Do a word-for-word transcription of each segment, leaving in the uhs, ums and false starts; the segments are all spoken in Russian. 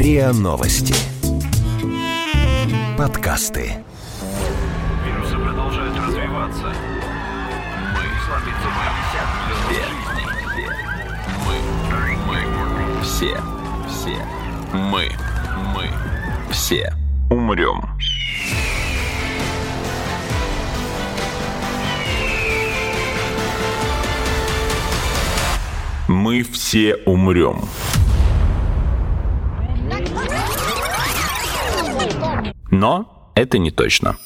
РИА Новости. Подкасты. Вирусы продолжают развиваться. Мы Мы, мы, все, все, мы, мы, все умрем. Мы все умрем. Но это не точно.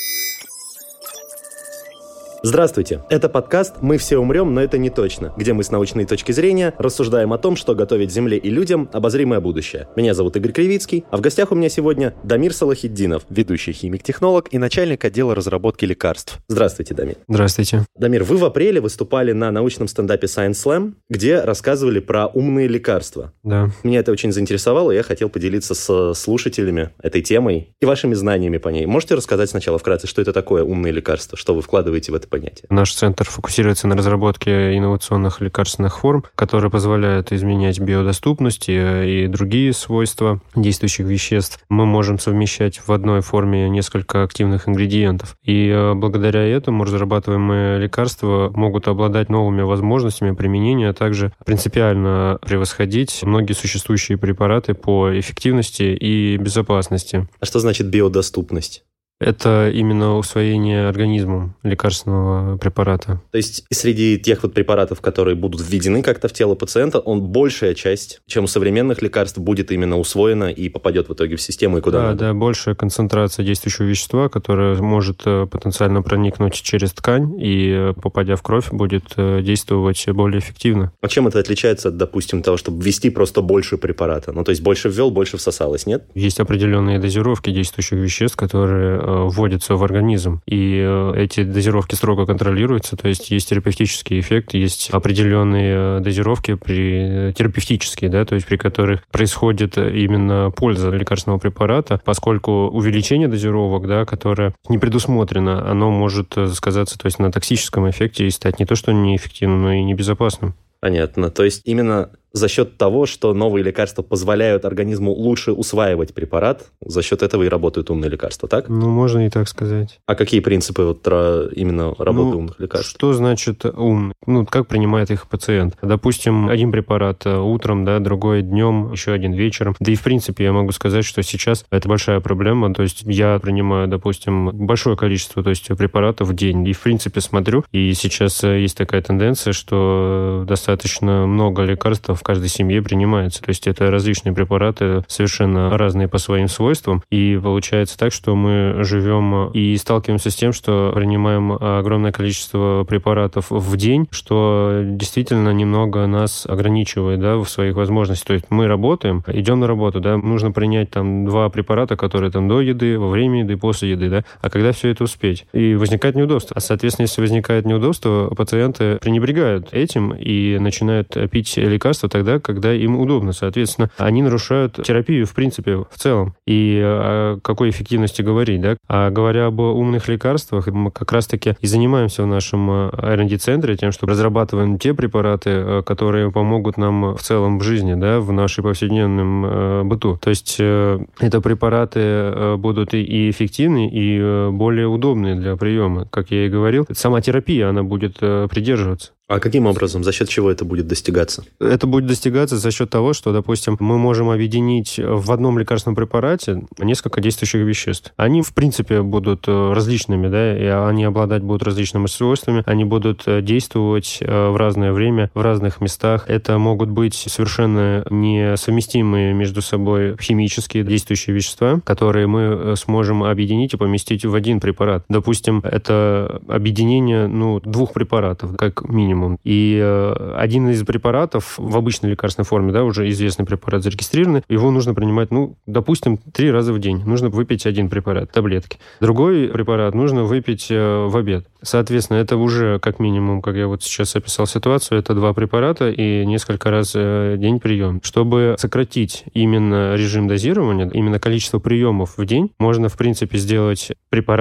Здравствуйте, это подкаст «Мы все умрем, но это не точно», где мы с научной точки зрения рассуждаем о том, что готовит Земле и людям обозримое будущее. Меня зовут Игорь Кривицкий, а в гостях у меня сегодня Дамир Салахитдинов, ведущий химик-технолог и начальник отдела разработки лекарств. Здравствуйте, Дамир. Здравствуйте. Дамир, вы в апреле выступали на научном стендапе Science Slam, где рассказывали про умные лекарства. Да. Меня это очень заинтересовало, и я хотел поделиться с слушателями этой темой и вашими знаниями по ней. Можете рассказать сначала вкратце, что это такое умные лекарства, что вы вкладываете в это понятие? Наш центр фокусируется на разработке инновационных лекарственных форм, которые позволяют изменять биодоступность и, и другие свойства действующих веществ. Мы можем совмещать в одной форме несколько активных ингредиентов. И э, благодаря этому разрабатываемые лекарства могут обладать новыми возможностями применения, а также принципиально превосходить многие существующие препараты по эффективности и безопасности. А что значит биодоступность? Это именно усвоение организмом лекарственного препарата. То есть среди тех вот препаратов, которые будут введены как-то в тело пациента, он большая часть, чем у современных лекарств, будет именно усвоена и попадет в итоге в систему и куда да, надо. Да, большая концентрация действующего вещества, которое может потенциально проникнуть через ткань и, попадя в кровь, будет действовать более эффективно. А чем это отличается от, допустим, того, чтобы ввести просто больше препарата? Ну, то есть больше ввел, больше всосалось, нет? Есть определенные дозировки действующих веществ, которые вводятся в организм. И эти дозировки строго контролируются, то есть есть терапевтический эффект, есть определенные дозировки при терапевтические, да, то есть при которых происходит именно польза лекарственного препарата, поскольку увеличение дозировок, да, которое не предусмотрено, оно может сказаться, то есть на токсическом эффекте и стать не то что неэффективным, но и небезопасным. Понятно. То есть именно за счет того, что новые лекарства позволяют организму лучше усваивать препарат, за счет этого и работают умные лекарства, так? Ну, можно и так сказать. А какие принципы вот именно работы ну, умных лекарств? Что значит умный? Ну, как принимает их пациент? Допустим, один препарат утром, да, другой днем, еще один вечером. Да и, в принципе, я могу сказать, что сейчас это большая проблема. То есть я принимаю, допустим, большое количество, то есть препаратов в день. И, в принципе, смотрю, и сейчас есть такая тенденция, что достаточно много лекарств в каждой семье принимается. То есть это различные препараты, совершенно разные по своим свойствам. И получается так, что мы живем и сталкиваемся с тем, что принимаем огромное количество препаратов в день, что действительно немного нас ограничивает, да, в своих возможностях. То есть мы работаем, идем на работу, да, нужно принять там два препарата, которые там до еды, во время еды, после еды, да, а когда все это успеть? И возникает неудобство. А, соответственно, если возникает неудобство, пациенты пренебрегают этим и начинают пить лекарства тогда, когда им удобно. Соответственно, они нарушают терапию, в принципе, в целом. И о какой эффективности говорить, да? А говоря об умных лекарствах, мы как раз-таки и занимаемся в нашем ар энд ди-центре тем, что разрабатываем те препараты, которые помогут нам в целом в жизни, да, в нашей повседневном быту. То есть это препараты будут и эффективны, и более удобные для приема. Как я и говорил, сама терапия, она будет придерживаться. А каким образом? За счет чего это будет достигаться? Это будет достигаться за счет того, что, допустим, мы можем объединить в одном лекарственном препарате несколько действующих веществ. Они, в принципе, будут различными, да, и они обладать будут различными свойствами, они будут действовать в разное время, в разных местах. Это могут быть совершенно несовместимые между собой химические действующие вещества, которые мы сможем объединить и поместить в один препарат. Допустим, это объединение, ну, двух препаратов, как минимум. И э, один из препаратов в обычной лекарственной форме, да, уже известный препарат зарегистрированный, его нужно принимать, ну, допустим, три раза в день. Нужно выпить один препарат, таблетки. Другой препарат нужно выпить э, в обед. Соответственно, это уже как минимум, как я вот сейчас описал ситуацию, это два препарата и несколько раз в день прием. Чтобы сократить именно режим дозирования, именно количество приемов в день, можно, в принципе, сделать препарат,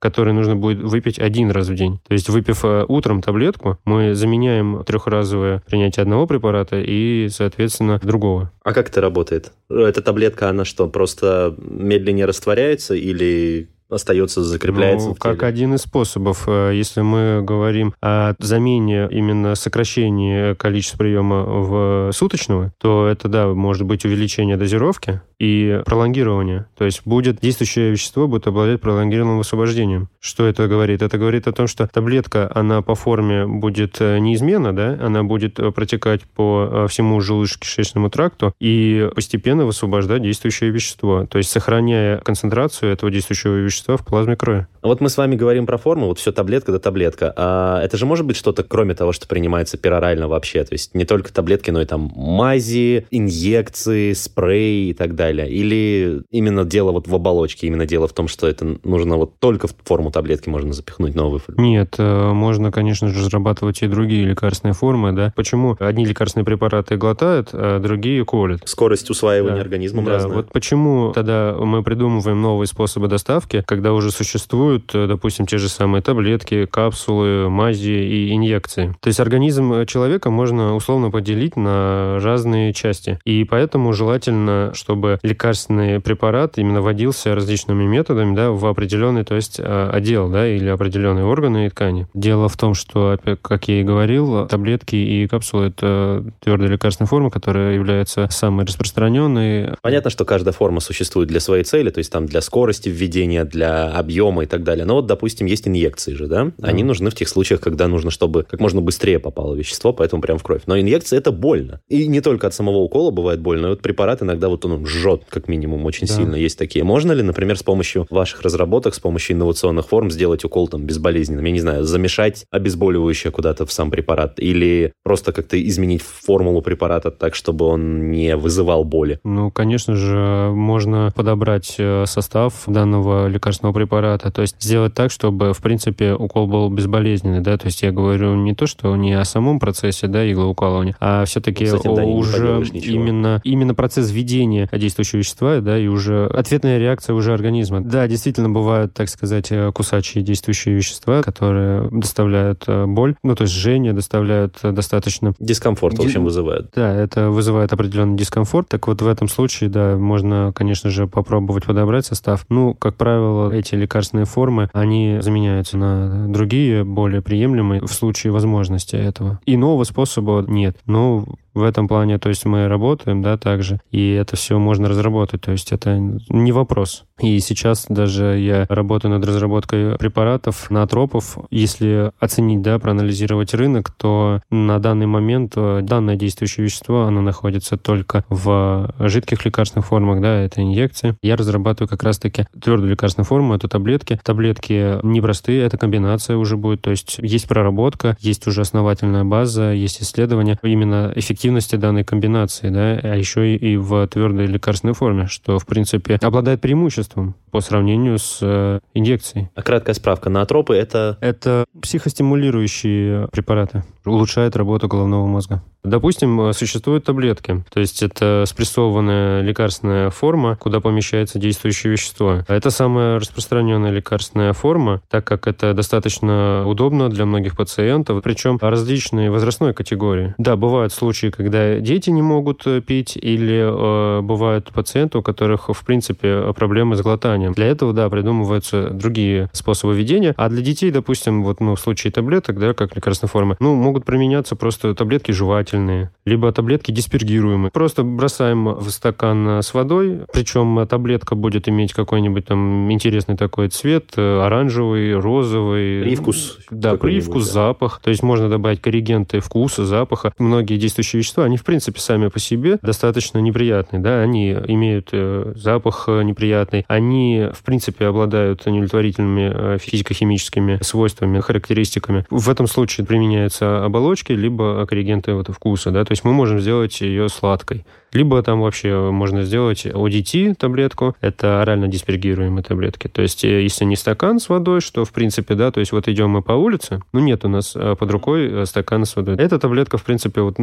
который нужно будет выпить один раз в день. То есть, выпив утром таблетку, мы заменяем трехразовое принятие одного препарата и, соответственно, другого. А как это работает? Эта таблетка, она что, просто медленнее растворяется или остается, закрепляется ну, в теле? Как один из способов. Если мы говорим о замене, именно сокращении количества приема в суточного, то это, да, может быть увеличение дозировки и пролонгирование. То есть будет действующее вещество будет обладать пролонгированным освобождением. Что это говорит? Это говорит о том, что таблетка, она по форме будет неизменна, да, она будет протекать по всему желудочно-кишечному тракту и постепенно высвобождать действующее вещество. То есть сохраняя концентрацию этого действующего вещества в плазме крови. Вот мы с вами говорим про форму, вот все таблетка да таблетка. А это же может быть что-то, кроме того, что принимается перорально вообще? То есть не только таблетки, но и там мази, инъекции, спреи и так далее. Или именно дело вот в оболочке, именно дело в том, что это нужно вот только в форму таблетки можно запихнуть новую форму? Нет, можно, конечно же, разрабатывать и другие лекарственные формы, да. Почему одни лекарственные препараты глотают, а другие колят? Скорость усваивания да. организмом да. разная. Вот почему тогда мы придумываем новые способы доставки, когда уже существуют, допустим, те же самые таблетки, капсулы, мази и инъекции. То есть организм человека можно условно поделить на разные части. И поэтому желательно, чтобы лекарственный препарат именно вводился различными методами, да, в определенный, то есть отдел, да, или определенные органы и ткани. Дело в том, что, как я и говорил, таблетки и капсулы — это твердая лекарственная форма, которая является самой распространенной. Понятно, что каждая форма существует для своей цели, то есть там для скорости введения, для объема и так далее. Но вот, допустим, есть инъекции же, да? Да. Они нужны в тех случаях, когда нужно, чтобы как можно быстрее попало вещество, поэтому прям в кровь. Но инъекция — это больно. И не только от самого укола бывает больно, вот препарат иногда вот он жжет, как минимум, очень да. сильно. Есть такие. Можно ли, например, с помощью ваших разработок, с помощью инновационных форм сделать укол там безболезненным? Я не знаю, замешать обезболивающее куда-то в сам препарат или просто как-то изменить формулу препарата так, чтобы он не вызывал боли? Ну, конечно же, можно подобрать состав данного лекарственного препарата, то есть сделать так, чтобы, в принципе, укол был безболезненный, да, то есть я говорю не то, что не о самом процессе, да, иглоукалывания, а все-таки Кстати, да, уже именно, именно процесс введения действующего вещества, да, и уже ответная реакция уже организма. Да, действительно, бывают, так сказать, кусачие действующие вещества, которые доставляют боль, ну, то есть жжение, доставляют достаточно... Дискомфорт, в общем, вызывают. Да, это вызывает определенный дискомфорт. Так вот, в этом случае, да, можно, конечно же, попробовать подобрать состав. Ну, как правило, эти лекарственные формы, они заменяются на другие, более приемлемые в случае возможности этого. Иного способа нет. Но в этом плане, то есть мы работаем, да, также, и это все можно разработать, то есть это не вопрос. И сейчас даже я работаю над разработкой препаратов, ноотропов. Если оценить, да, проанализировать рынок, то на данный момент данное действующее вещество, оно находится только в жидких лекарственных формах, да, это инъекции. Я разрабатываю как раз-таки твердую лекарственную форму, это таблетки. Таблетки непростые, это комбинация уже будет, то есть есть проработка, есть уже основательная база, есть исследования именно эффективности данной комбинации, да, а еще и в твердой лекарственной форме, что, в принципе, обладает преимуществом по сравнению с э, инъекцией. А краткая справка, ноотропы — это... Это психостимулирующие препараты, улучшают работу головного мозга. Допустим, существуют таблетки, то есть это спрессованная лекарственная форма, куда помещается действующее вещество. Это самая распространенная лекарственная форма, так как это достаточно удобно для многих пациентов, причем различной возрастной категории. Да, бывают случаи, когда дети не могут пить, или э, бывают пациенты, у которых, в принципе, проблемы с глотанием. Для этого, да, придумываются другие способы ведения, а для детей, допустим, вот, ну, в случае таблеток, да, как лекарственной формы, ну, могут применяться просто таблетки жевательные, либо таблетки диспергируемые. Просто бросаем в стакан с водой, причем таблетка будет иметь какой-нибудь там интересный такой цвет, оранжевый, розовый. Привкус. Да, привкус, да. Запах. То есть можно добавить коррегенты вкуса, запаха. Многие действующие вещества, они, в принципе, сами по себе достаточно неприятные, да, они имеют запах неприятный, они, в принципе, обладают неудовлетворительными физико-химическими свойствами, характеристиками. В этом случае применяются оболочки, либо коррегенты вот вкуса, да, то есть мы можем сделать ее сладкой. Либо там вообще можно сделать о ди ти таблетку, это орально диспергируемые таблетки. То есть если не стакан с водой, что в принципе, да, то есть вот идем мы по улице, ну нет у нас под рукой стакана с водой. Эта таблетка, в принципе, вот, ну, для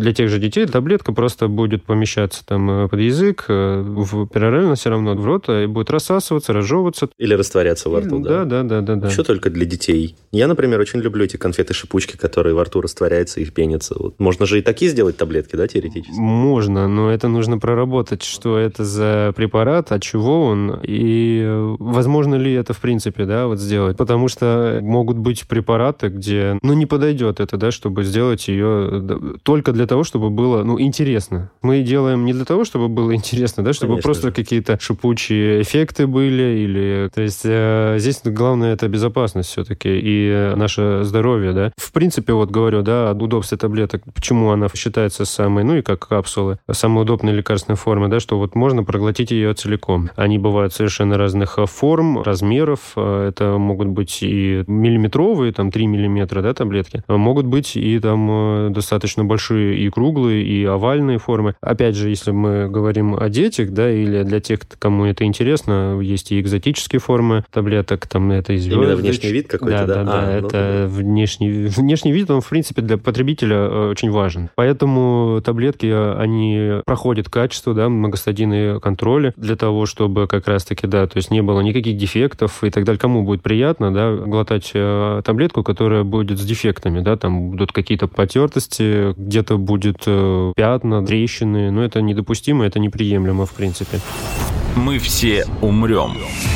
для тех же детей таблетка просто будет помещаться там под язык, в параллельно все равно в рот, и будет рассасываться, разжевываться. Или растворяться во рту, да? Да, да, да, да. Еще только для детей. Я, например, очень люблю эти конфеты-шипучки, которые во рту растворяются и пенятся. Вот. Можно же и такие сделать таблетки, да, теоретически? Можно, но это нужно проработать, что это за препарат, от чего он, и возможно ли это, в принципе, да, вот сделать. Потому что могут быть препараты, где, ну, не подойдет это, да, чтобы сделать ее только для того, чтобы было, ну, интересно. Мы делаем не для того, чтобы было интересно, да, чтобы Конечно просто же. какие-то шипучие эффекты были, или... То есть э, здесь главное это безопасность все-таки и наше здоровье, да. В принципе, вот говорю, да, удобство таблеток, почему она считается самой, ну и как капсулы, самой удобной лекарственной формы, да, что вот можно проглотить ее целиком. Они бывают совершенно разных форм, размеров. Это могут быть и миллиметровые, там, три миллиметра, да, таблетки. Могут быть и там достаточно большие и круглые, и овальные формы. Опять же, если мы говорим о детях, да, или для тех, кому это интересно, есть и экзотические формы таблеток, там, это и звездочки. Именно внешний вид какой-то, да? Да, да, а, да, ну, это ну. внешний, внешний вид, он, в принципе, для потребителя очень важен. Поэтому таблетки, они проходят качество, да, многостадийные контроли для того, чтобы как раз-таки, да, то есть не было никаких дефектов и так далее. Кому будет приятно, да, глотать э, таблетку, которая будет с дефектами, да, там будут какие-то потертости, где-то будет э, пятна, трещины, но это недопустимо, это неприемлемо, в принципе. Мы все умрем.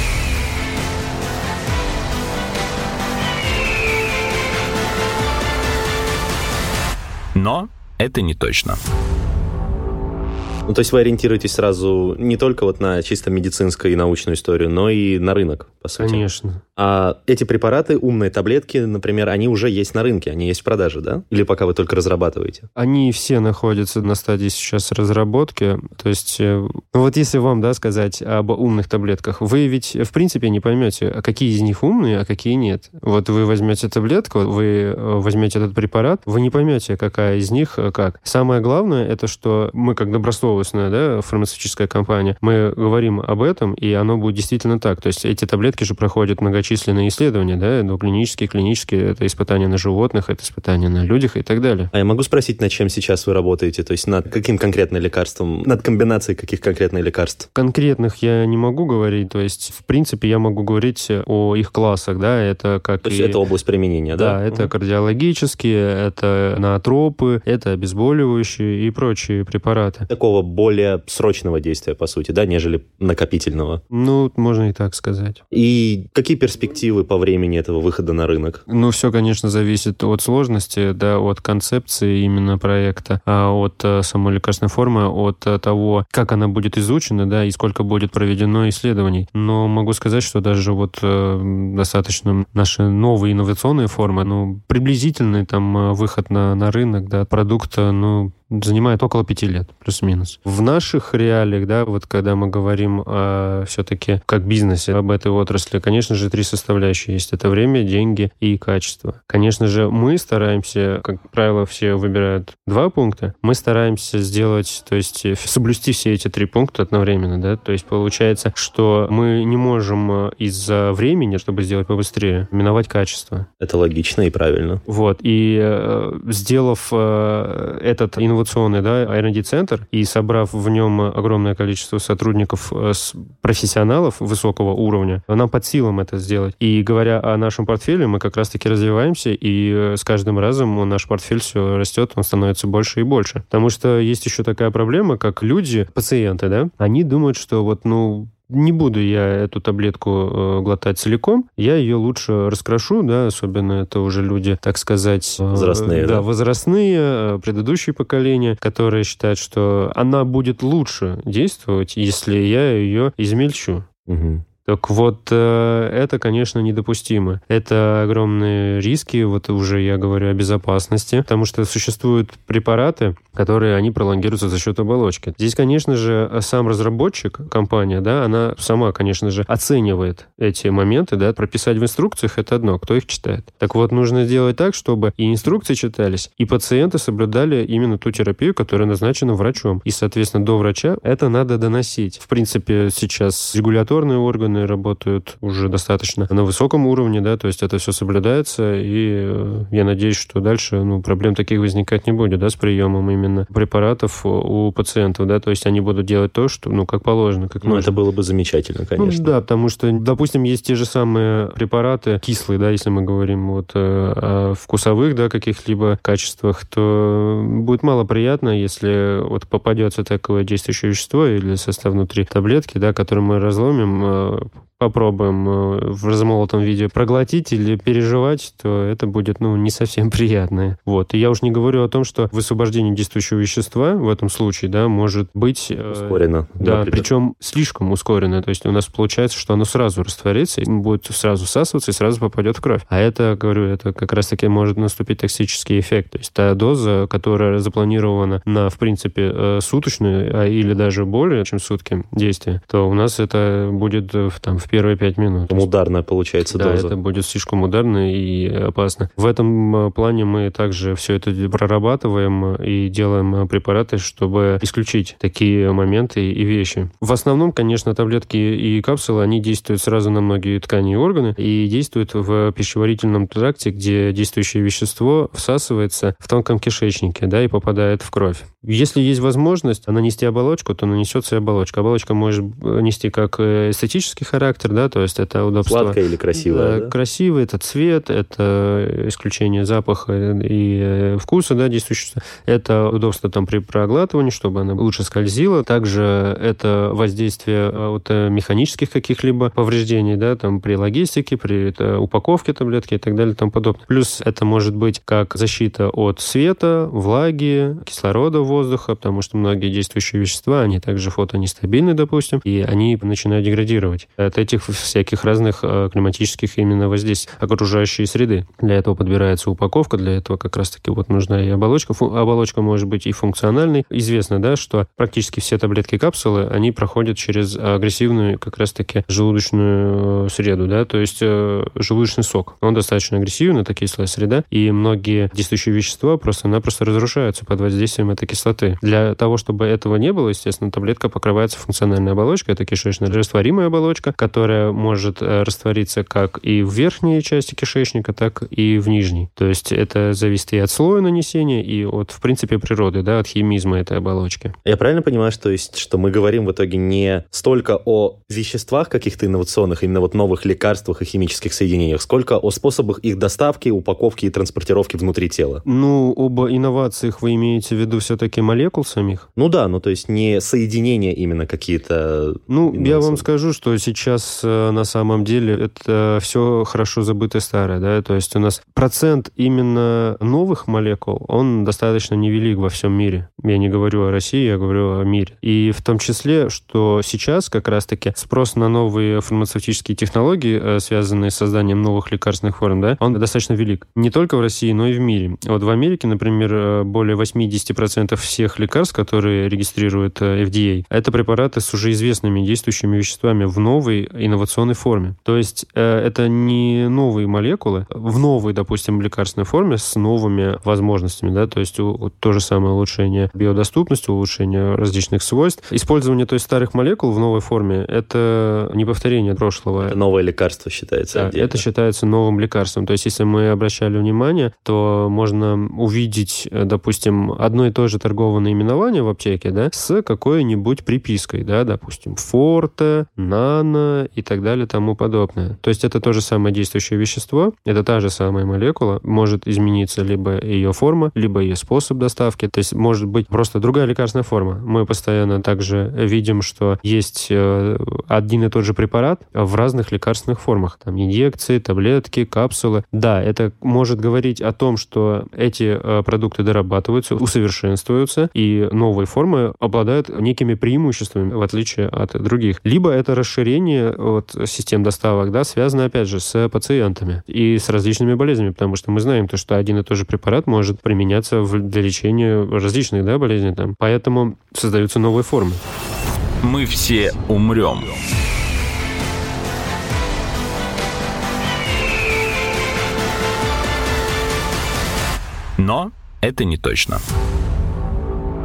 Но это не точно. Ну, то есть вы ориентируетесь сразу не только вот на чисто медицинскую и научную историю, но и на рынок, по сути. Конечно. А эти препараты, умные таблетки, например, они уже есть на рынке, они есть в продаже, да? Или пока вы только разрабатываете? Они все находятся на стадии сейчас разработки. То есть, ну вот если вам, да, сказать об умных таблетках, вы ведь, в принципе, не поймете, а какие из них умные, а какие нет. Вот вы возьмете таблетку, вы возьмете этот препарат, вы не поймете, какая из них как. Самое главное, это что мы, как добросовестная, да, фармацевтическая компания, мы говорим об этом, и оно будет действительно так. То есть эти таблетки же проходят многочисленные исследования, да, ну, клинические, клинические, это испытания на животных, это испытания на людях и так далее. А я могу спросить, над чем сейчас вы работаете? То есть над каким конкретным лекарством? Над комбинацией каких конкретных лекарств? Конкретных я не могу говорить, то есть, в принципе, я могу говорить о их классах, да, это как... То есть и... это область применения, да? Да, это угу. кардиологические, это ноотропы, это обезболивающие и прочие препараты. Такого более срочного действия, по сути, да, нежели накопительного. Ну, можно и так сказать. И какие перспективы по времени этого выхода на рынок? Ну, все, конечно, зависит от сложности, да, от концепции именно проекта, от самой лекарственной формы, от того, как она будет изучена, да, и сколько будет проведено исследований. Но могу сказать, что даже вот достаточно наши новые инновационные формы, ну, приблизительный там выход на, на рынок, да, продукта, ну, занимает около пяти лет, плюс-минус. В наших реалиях, да, вот когда мы говорим о, все-таки как бизнесе, об этой отрасли, конечно же, три составляющие есть. Это время, деньги и качество. Конечно же, мы стараемся, как правило, все выбирают два пункта, мы стараемся сделать, то есть соблюсти все эти три пункта одновременно, да, то есть получается, что мы не можем из-за времени, чтобы сделать побыстрее, миновать качество. Это логично и правильно. Вот, и э, сделав э, этот инновационный да, ар энд ди-центр и собрав в нем огромное количество сотрудников, профессионалов высокого уровня, нам под силам это сделать. И говоря о нашем портфеле, мы как раз-таки развиваемся, и с каждым разом наш портфель все растет, он становится больше и больше. Потому что есть еще такая проблема, как люди, пациенты, да, они думают, что вот, ну, не буду я эту таблетку э, глотать целиком, я ее лучше раскрошу, да, особенно это уже люди, так сказать... Э, возрастные, да? Да, возрастные, э, предыдущие поколения, которые считают, что она будет лучше действовать, если я ее измельчу. Угу. Так вот, это, конечно, недопустимо. Это огромные риски, вот уже я говорю о безопасности, потому что существуют препараты, которые, они пролонгируются за счет оболочки. Здесь, конечно же, сам разработчик, компания, да, она сама, конечно же, оценивает эти моменты, да, прописать в инструкциях — это одно, кто их читает. Так вот, нужно сделать так, чтобы и инструкции читались, и пациенты соблюдали именно ту терапию, которая назначена врачом. И, соответственно, до врача это надо доносить. В принципе, сейчас регуляторные органы, органы работают уже достаточно на высоком уровне, да, то есть это все соблюдается, и я надеюсь, что дальше, ну, проблем таких возникать не будет, да, с приемом именно препаратов у пациентов, да, то есть они будут делать то, что, ну, как положено, как Ну, нужно. это было бы замечательно, конечно. Ну, да, потому что, допустим, есть те же самые препараты кислые, да, если мы говорим вот о вкусовых, да, каких-либо качествах, то будет мало приятно, если вот попадется такое действующее вещество или состав внутри таблетки, да, который мы разломим, попробуем в размолотом виде проглотить или переживать, то это будет, ну, не совсем приятно. Вот. И я уж не говорю о том, что высвобождение действующего вещества в этом случае, да, может быть... Ускорено. Да, например. Причем слишком ускорено. То есть у нас получается, что оно сразу растворится, и будет сразу всасываться и сразу попадет в кровь. А это, говорю, это как раз-таки может наступить токсический эффект. То есть та доза, которая запланирована на, в принципе, суточную, а или даже более, чем сутки действия, то у нас это будет там в первые пять минут. Там ударная получается да, доза. это будет слишком ударно и опасно. В этом плане мы также все это прорабатываем и делаем препараты, чтобы исключить такие моменты и вещи. В основном, конечно, таблетки и капсулы, они действуют сразу на многие ткани и органы и действуют в пищеварительном тракте, где действующее вещество всасывается в тонком кишечнике, да, и попадает в кровь. Если есть возможность нанести оболочку, то нанесется и оболочка. Оболочка может нести как эстетический характер, да, то есть это удобство. Сладкая или красивая, да, да? Красивый, это цвет, это исключение запаха и вкуса, да, действующего. Это удобство там при проглатывании, чтобы она лучше скользила. Также это воздействие от механических каких-либо повреждений, да, там при логистике, при это, упаковке таблетки и так далее и тому подобное. Плюс это может быть как защита от света, влаги, кислорода, воздуха, потому что многие действующие вещества, они также фотонестабильны, допустим, и они начинают деградировать от этих всяких разных э, климатических именно воздействий окружающей среды. Для этого подбирается упаковка, для этого как раз-таки вот нужна и оболочка. Фу- оболочка может быть и функциональной. Известно, да, что практически все таблетки капсулы, они проходят через агрессивную как раз-таки желудочную среду, да, то есть э, желудочный сок. Он достаточно агрессивный, это кислая среда, и многие действующие вещества просто-напросто разрушаются под воздействием этой кислоты. Для того, чтобы этого не было, естественно, таблетка покрывается функциональной оболочкой, это кишечно-растворимая оболочка, которая может раствориться как и в верхней части кишечника, так и в нижней. То есть это зависит и от слоя нанесения, и от, в принципе, природы, да, от химизма этой оболочки. Я правильно понимаю, что, есть, что мы говорим в итоге не столько о веществах каких-то инновационных, именно вот новых лекарствах и химических соединениях, сколько о способах их доставки, упаковки и транспортировки внутри тела? Ну, об инновациях вы имеете в виду все-таки молекул самих? Ну да, ну то есть не соединения именно какие-то. Ну, я вам скажу, что сейчас на самом деле это все хорошо забытое старое, да, то есть у нас процент именно новых молекул, он достаточно невелик во всем мире. Я не говорю о России, я говорю о мире. И в том числе, что сейчас как раз-таки спрос на новые фармацевтические технологии, связанные с созданием новых лекарственных форм, да, он достаточно велик. Не только в России, но и в мире. Вот в Америке, например, более восемьдесят процентов всех лекарств, которые регистрирует эф ди эй, это препараты с уже известными действующими веществами в новой инновационной форме. То есть это не новые молекулы в новой, допустим, лекарственной форме с новыми возможностями, да, то есть то же самое улучшение биодоступности, улучшение различных свойств. Использование, то есть, старых молекул в новой форме — это не повторение прошлого. Это новое лекарство считается. Да, отдельно. это считается новым лекарством. То есть, если мы обращали внимание, то можно увидеть, допустим, одно и то же торговое наименование в аптеке, да, с какой-нибудь припиской, да, допустим, форте, нано и так далее, тому подобное. То есть это то же самое действующее вещество, это та же самая молекула, может измениться либо ее форма, либо ее способ доставки, то есть может быть просто другая лекарственная форма. Мы постоянно также видим, что есть один и тот же препарат в разных лекарственных формах. Там инъекции, таблетки, капсулы. Да, это может говорить о том, что эти продукты дорабатываются, усовершенствуются, и новые формы обладают некими преимуществами, в отличие от других. Либо это расширение вот, систем доставок, да, связано, опять же, с пациентами и с различными болезнями, потому что мы знаем, то, что один и тот же препарат может применяться в, для лечения различных, да, болезней. Там. Поэтому создаются новые формы. Мы все умрем. Но это не точно.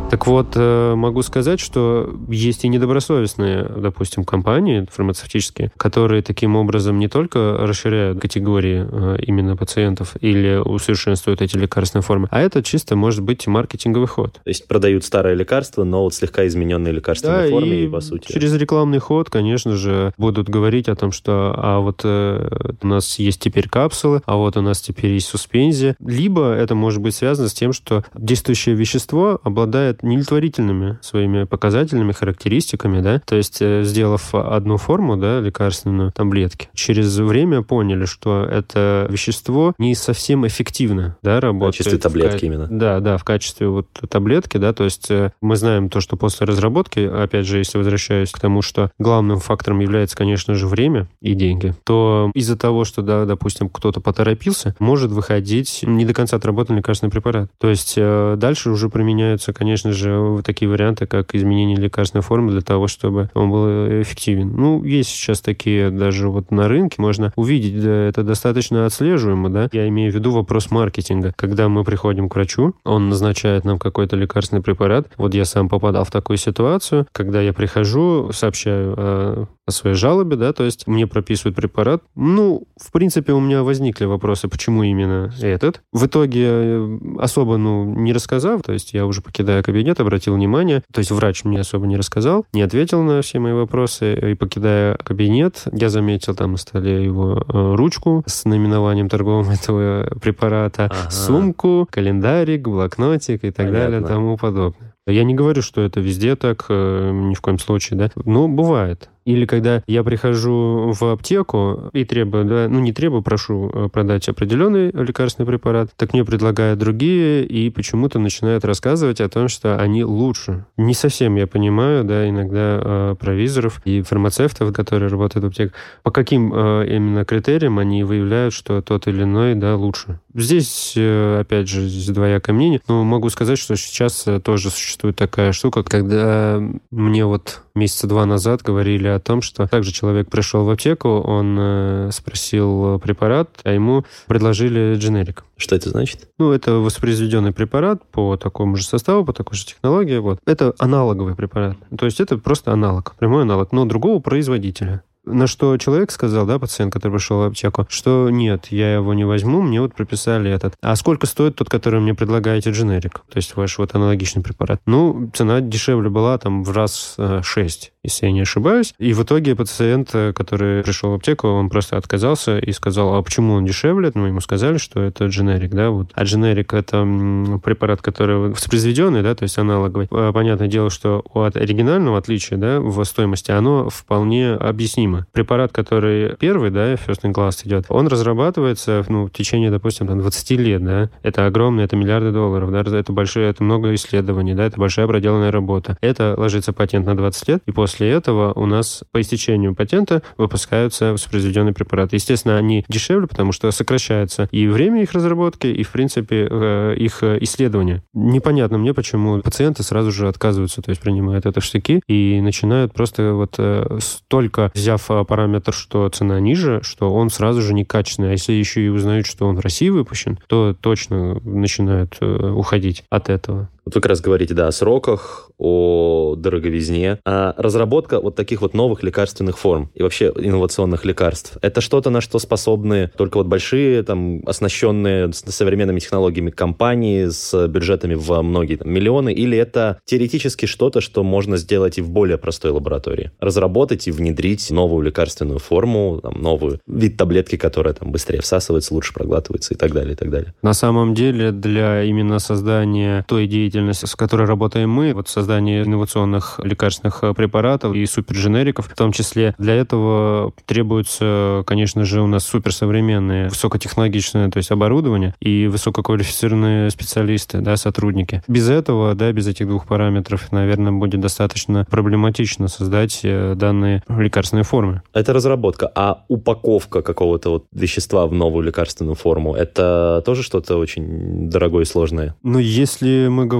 Так вот, могу сказать, что есть и недобросовестные, допустим, компании фармацевтические, которые таким образом не только расширяют категории именно пациентов или усовершенствуют эти лекарственные формы, а это чисто может быть маркетинговый ход. То есть продают старое лекарство, но вот слегка измененные лекарственные да, формы, и, и по сути... через рекламный ход, конечно же, будут говорить о том, что а вот э, у нас есть теперь капсулы, а вот у нас теперь есть суспензия. Либо это может быть связано с тем, что действующее вещество обладает неудовлетворительными своими показательными характеристиками, да, то есть э, сделав одну форму, да, лекарственную таблетки, через время поняли, что это вещество не совсем эффективно, да, работает. В качестве таблетки в, именно. Да, да, в качестве вот таблетки, да, то есть э, мы знаем то, что после разработки, опять же, если возвращаюсь к тому, что главным фактором является, конечно же, время и деньги, то из-за того, что, да, допустим, кто-то поторопился, может выходить не до конца отработанный лекарственный препарат. То есть э, дальше уже применяются, конечно же, такие варианты, как изменение лекарственной формы для того, чтобы он был эффективен. Ну, есть сейчас такие даже вот на рынке, можно увидеть, да, это достаточно отслеживаемо, да. Я имею в виду вопрос маркетинга. Когда мы приходим к врачу, он назначает нам какой-то лекарственный препарат. Вот я сам попадал в такую ситуацию, когда я прихожу, сообщаю о, о своей жалобе, да, то есть мне прописывают препарат. Ну, в принципе, у меня возникли вопросы, почему именно этот. В итоге особо, ну, не рассказав, то есть я уже, покидая кабинет, обратил внимание, то есть врач мне особо не рассказал, не ответил на все мои вопросы, и покидая кабинет, я заметил там на столе его ручку с наименованием торговым этого препарата, ага. сумку, календарик, блокнотик и так Понятно. далее, и тому подобное. Я не говорю, что это везде так, ни в коем случае, да, но бывает. Или когда я прихожу в аптеку и требую, да, ну не требую, прошу продать определенный лекарственный препарат, так мне предлагают другие и почему-то начинают рассказывать о том, что они лучше. Не совсем я понимаю, да, иногда э, провизоров и фармацевтов, которые работают в аптеках, по каким э, именно критериям они выявляют, что тот или иной, да, лучше. Здесь, э, опять же, здесь двоякое мнение, но могу сказать, что сейчас тоже существует такая штука, когда мне вот месяца два назад говорили о том, что также человек пришел в аптеку, он э, спросил препарат, а ему предложили дженерик. Что это значит? Ну, это воспроизведенный препарат по такому же составу, по такой же технологии. Вот. Это аналоговый препарат. То есть это просто аналог, прямой аналог, но другого производителя. На что человек сказал, да, пациент, который пришел в аптеку, что нет, я его не возьму, мне вот прописали этот. А сколько стоит тот, который мне предлагаете, дженерик? То есть ваш вот аналогичный препарат. Ну, цена дешевле была там в раз э, шесть, если я не ошибаюсь. И в итоге пациент, который пришел в аптеку, он просто отказался и сказал, а почему он дешевле? Ну, ему сказали, что это дженерик, да, вот. А дженерик — это м, препарат, который воспроизведенный, да, то есть аналоговый. Понятное дело, что от оригинального отличия, да, в стоимости, оно вполне объяснимо. Препарат, который первый, да, first in class идет, он разрабатывается, ну, в течение, допустим, там, двадцать лет, да. Это огромно, это миллиарды долларов, да, это большое, это много исследований, да, это большая проделанная работа. Это ложится патент на двадцать лет, и после этого у нас по истечению патента выпускаются воспроизведенные препараты. Естественно, они дешевле, потому что сокращается и время их разработки, и, в принципе, их исследования. Непонятно мне, почему пациенты сразу же отказываются, то есть принимают это в штыки и начинают просто вот столько, взяв параметр, что цена ниже, что он сразу же некачественный. А если еще и узнают, что он в России выпущен, то точно начинают уходить от этого. Вот вы как раз говорите, да, о сроках, о дороговизне. А разработка вот таких вот новых лекарственных форм и вообще инновационных лекарств, это что-то, на что способны только вот большие, там, оснащенные современными технологиями компании с бюджетами в многие там, миллионы, или это теоретически что-то, что можно сделать и в более простой лаборатории? Разработать и внедрить новую лекарственную форму, там, новый вид таблетки, которая там быстрее всасывается, лучше проглатывается и так далее, и так далее. На самом деле, для именно создания той деятельности, с которой работаем мы, вот создание инновационных лекарственных препаратов и супердженериков, в том числе для этого требуется, конечно же, у нас суперсовременное, высокотехнологичное, то есть оборудование и высококвалифицированные специалисты, да, сотрудники. Без этого, да, без этих двух параметров, наверное, будет достаточно проблематично создать данные лекарственные формы. Это разработка, а упаковка какого-то вот вещества в новую лекарственную форму, это тоже что-то очень дорогое и сложное? Ну, если мы говорим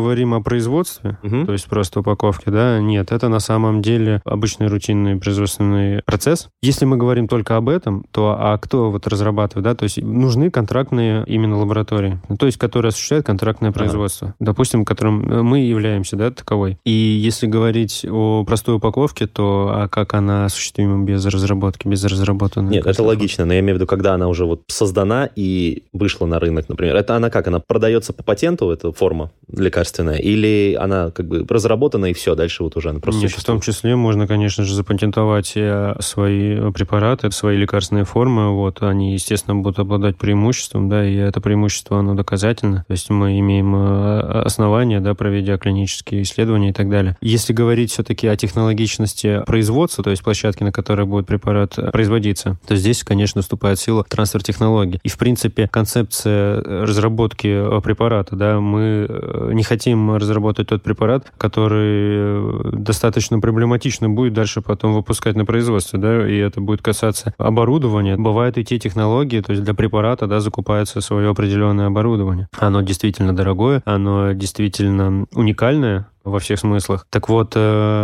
говорим о производстве, угу. то есть просто упаковке, да, нет, это на самом деле обычный рутинный производственный процесс. Если мы говорим только об этом, то а кто вот разрабатывает, да, то есть нужны контрактные именно лаборатории, то есть которые осуществляют контрактное производство, ага. допустим, которым мы являемся, да, таковой. И если говорить о простой упаковке, то а как она осуществима без разработки, без разработанной? Нет, это логично, но я имею в виду, когда она уже вот создана и вышла на рынок, например, это она как, она продается по патенту, эта форма лекарственная, или она как бы разработана и все, дальше вот уже она просто Нет, существует? в том числе можно, конечно же, запатентовать свои препараты, свои лекарственные формы, вот, они, естественно, будут обладать преимуществом, да, и это преимущество, оно доказательно, то есть мы имеем основания, да, проведя клинические исследования и так далее. Если говорить все-таки о технологичности производства, то есть площадки, на которой будет препарат производиться, то здесь, конечно, вступает в силу трансфер технологий. И, в принципе, концепция разработки препарата, да, мы не хотим разработать тот препарат, который достаточно проблематично будет дальше потом выпускать на производство, да, и это будет касаться оборудования. Бывают и те технологии, то есть для препарата, да, закупается свое определенное оборудование. Оно действительно дорогое, оно действительно уникальное во всех смыслах. Так вот,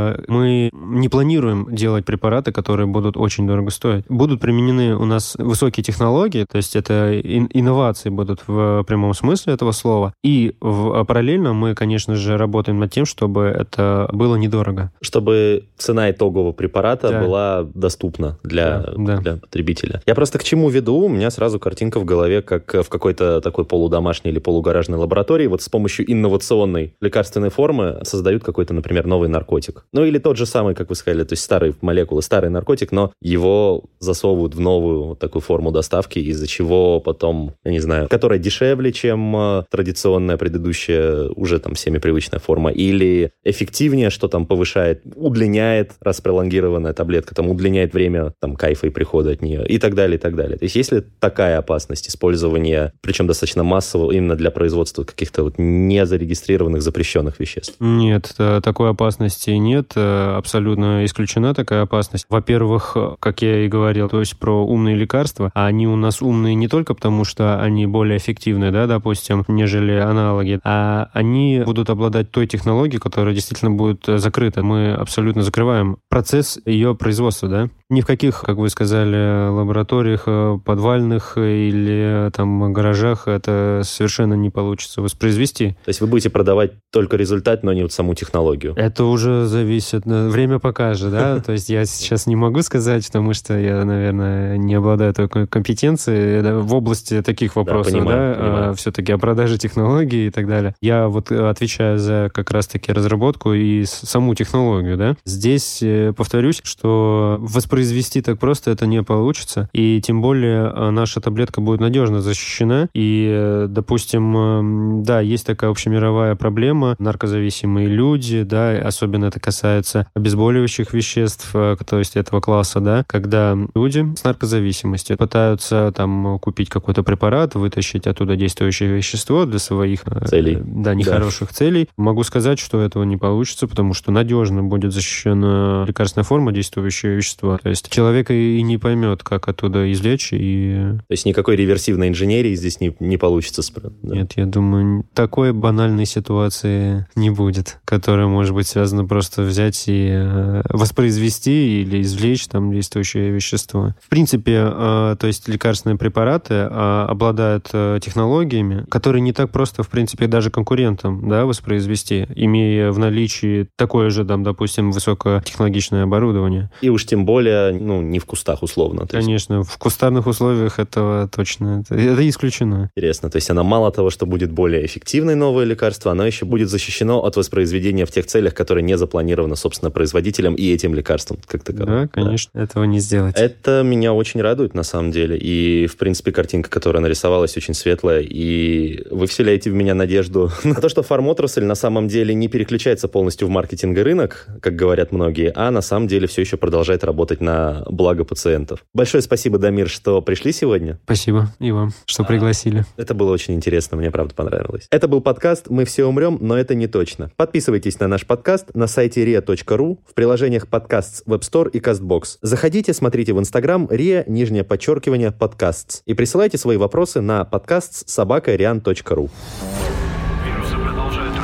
мы не планируем делать препараты, которые будут очень дорого стоить. Будут применены у нас высокие технологии, то есть это инновации будут в прямом смысле этого слова. И в, параллельно мы, конечно же, работаем над тем, чтобы это было недорого. Чтобы цена итогового препарата да. была доступна для, да, для потребителя. Я просто к чему веду? У меня сразу картинка в голове, как в какой-то такой полудомашней или полугаражной лаборатории, вот с помощью инновационной лекарственной формы создают какой-то, например, новый наркотик. Ну или тот же самый, как вы сказали, то есть старые молекулы, старый наркотик, но его засовывают в новую вот такую форму доставки, из-за чего потом, я не знаю, которая дешевле, чем традиционная предыдущая, уже там всеми привычная форма, или эффективнее, что там повышает, удлиняет, раз пролонгированная таблетка, там удлиняет время там кайфа и прихода от нее, и так далее, и так далее. То есть есть ли такая опасность использования, причем достаточно массового, именно для производства каких-то вот незарегистрированных запрещенных веществ? Нет, такой опасности нет, абсолютно исключена такая опасность. Во-первых, как я и говорил, то есть про умные лекарства, а они у нас умные не только потому, что они более эффективны, да, допустим, нежели аналоги, а они будут обладать той технологией, которая действительно будет закрыта. Мы абсолютно закрываем процесс ее производства, да. Ни в каких, как вы сказали, лабораториях подвальных или там гаражах это совершенно не получится воспроизвести. То есть вы будете продавать только результат, но не вот саму технологию? Это уже зависит. Время покажет, да. То есть я сейчас не могу сказать, потому что я, наверное, не обладаю такой компетенцией в области таких вопросов, да, понимаю, да? Понимаю. Все-таки о продаже технологий и так далее. Я вот отвечаю за как раз-таки разработку и саму технологию, да. Здесь повторюсь, что воспроизвести Произвести так просто это не получится. И тем более наша таблетка будет надежно защищена. И, допустим, да, есть такая общемировая проблема. Наркозависимые люди, да, особенно это касается обезболивающих веществ, то есть этого класса, да, когда люди с наркозависимостью пытаются там купить какой-то препарат, вытащить оттуда действующее вещество для своих целей. Да, нехороших да. целей. Могу сказать, что этого не получится, потому что надежно будет защищена лекарственная форма, действующее вещество. То есть человек и не поймет, как оттуда извлечь. И... То есть никакой реверсивной инженерии здесь не, не получится. Да? Нет, я думаю, такой банальной ситуации не будет, которая может быть связана просто взять и воспроизвести или извлечь там действующее вещество. В принципе, то есть лекарственные препараты обладают технологиями, которые не так просто, в принципе, даже конкурентам, да, воспроизвести, имея в наличии такое же, там, допустим, высокотехнологичное оборудование. И уж тем более ну, не в кустах, условно. То Конечно, есть... в кустарных условиях этого точно, это, это исключено. Интересно, то есть она мало того, что будет более эффективной новое лекарство, оно еще будет защищено от воспроизведения в тех целях, которые не запланированы, собственно, производителем и этим лекарством, как таковым. Да, конечно, да. Этого не сделать. Это меня очень радует, на самом деле, и, в принципе, картинка, которая нарисовалась, очень светлая, и вы вселяете в меня надежду на то, что фармотрасль на самом деле не переключается полностью в маркетинг и рынок, как говорят многие, а на самом деле все еще продолжает работать на благо пациентов. Большое спасибо, Дамир, что пришли сегодня. Спасибо и вам, что пригласили. А, это было очень интересно, мне правда понравилось. Это был подкаст «Мы все умрем, но это не точно». Подписывайтесь на наш подкаст на сайте риа точка ру, в приложениях подкастс Web Store и CastBox. Заходите, смотрите в Инстаграм риа, нижнее подчеркивание, подкастс и присылайте свои вопросы на подкастс собака риан точка ру. Вирусы продолжают развиваться.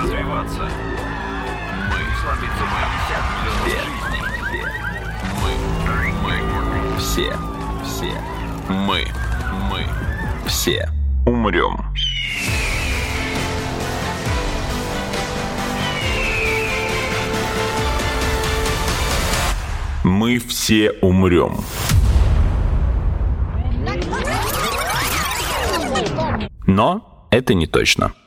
сломаться. Мы сломиться мы. Все. Мы. Мы. Все. Все. Мы. Мы. Все. Умрем. Мы все умрем. Но это не точно.